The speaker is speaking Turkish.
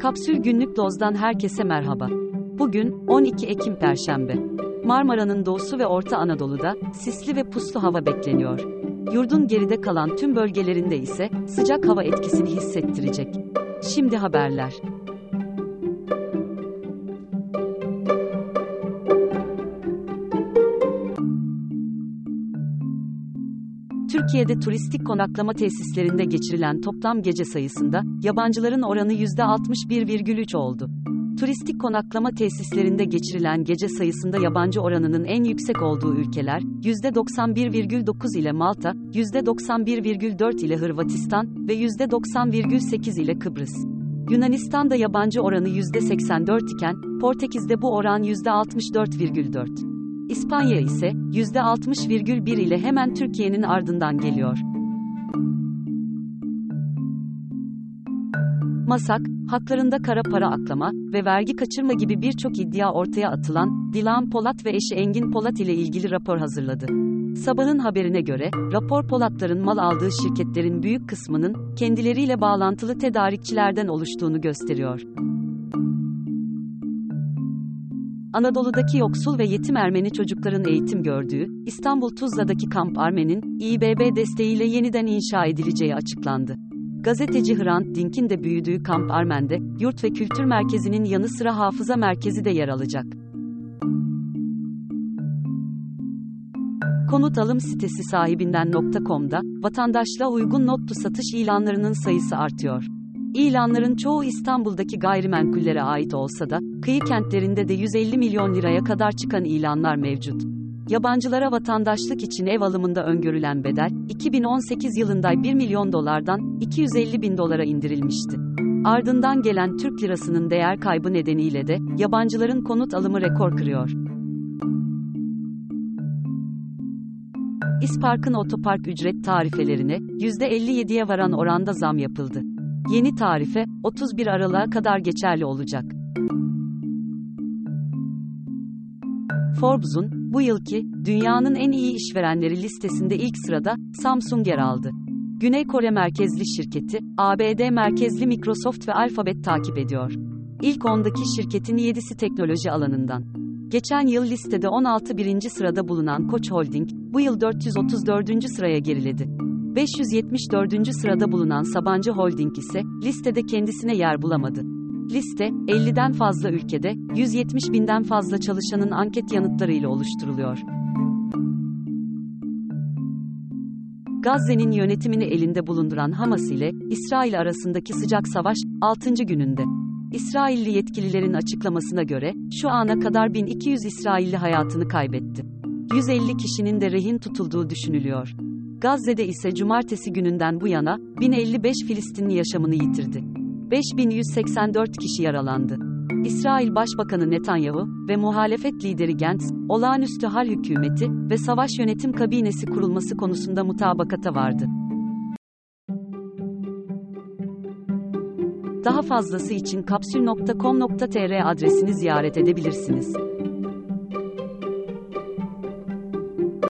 Kapsül Günlük Doz'dan herkese merhaba. Bugün 12 Ekim Perşembe. Marmara'nın doğusu ve Orta Anadolu'da sisli ve puslu hava bekleniyor. Yurdun geride kalan tüm bölgelerinde ise sıcak hava etkisini hissettirecek. Şimdi haberler. Türkiye'de turistik konaklama tesislerinde geçirilen toplam gece sayısında yabancıların oranı %61,3 oldu. Turistik konaklama tesislerinde geçirilen gece sayısında yabancı oranının en yüksek olduğu ülkeler, %91,9 ile Malta, %91,4 ile Hırvatistan ve %90,8 ile Kıbrıs. Yunanistan'da yabancı oranı %84 iken, Portekiz'de bu oran %64,4. İspanya ise %60,1 ile hemen Türkiye'nin ardından geliyor. MASAK, haklarında kara para aklama ve vergi kaçırma gibi birçok iddia ortaya atılan Dilan Polat ve eşi Engin Polat ile ilgili rapor hazırladı. Sabahın haberine göre, rapor Polatların mal aldığı şirketlerin büyük kısmının kendileriyle bağlantılı tedarikçilerden oluştuğunu gösteriyor. Anadolu'daki yoksul ve yetim Ermeni çocukların eğitim gördüğü, İstanbul Tuzla'daki Kamp Armen'in, İBB desteğiyle yeniden inşa edileceği açıklandı. Gazeteci Hrant Dink'in de büyüdüğü Kamp Armen'de, yurt ve kültür merkezinin yanı sıra hafıza merkezi de yer alacak. Konut alım sitesi sahibinden.com'da, vatandaşlığa uygun notlu satış ilanlarının sayısı artıyor. İlanların çoğu İstanbul'daki gayrimenkullere ait olsa da, kıyı kentlerinde de 150 milyon liraya kadar çıkan ilanlar mevcut. Yabancılara vatandaşlık için ev alımında öngörülen bedel, 2018 yılında $1 milyon 250 bin dolara indirilmişti. Ardından gelen Türk lirasının değer kaybı nedeniyle de, yabancıların konut alımı rekor kırıyor. İspark'ın otopark ücret tarifelerine, %57'ye varan oranda zam yapıldı. Yeni tarife, 31 Aralık'a kadar geçerli olacak. Forbes'un, bu yılki, dünyanın en iyi işverenleri listesinde ilk sırada, Samsung yer aldı. Güney Kore merkezli şirketi, ABD merkezli Microsoft ve Alphabet takip ediyor. İlk 10'daki şirketin 7'si teknoloji alanından. Geçen yıl listede 16. sırada bulunan Koç Holding, bu yıl 434. sıraya geriledi. 574. sırada bulunan Sabancı Holding ise, listede kendisine yer bulamadı. Liste, 50'den fazla ülkede, 170 binden fazla çalışanın anket yanıtlarıyla oluşturuluyor. Gazze'nin yönetimini elinde bulunduran Hamas ile İsrail arasındaki sıcak savaş, 6. gününde. İsrailli yetkililerin açıklamasına göre, şu ana kadar 1200 İsrailli hayatını kaybetti. 150 kişinin de rehin tutulduğu düşünülüyor. Gazze'de ise cumartesi gününden bu yana, 1055 Filistinli yaşamını yitirdi. 5184 kişi yaralandı. İsrail Başbakanı Netanyahu ve muhalefet lideri Gantz, olağanüstü hal hükümeti ve savaş yönetim kabinesi kurulması konusunda mutabakata vardı. Daha fazlası için kapsül.com.tr adresini ziyaret edebilirsiniz.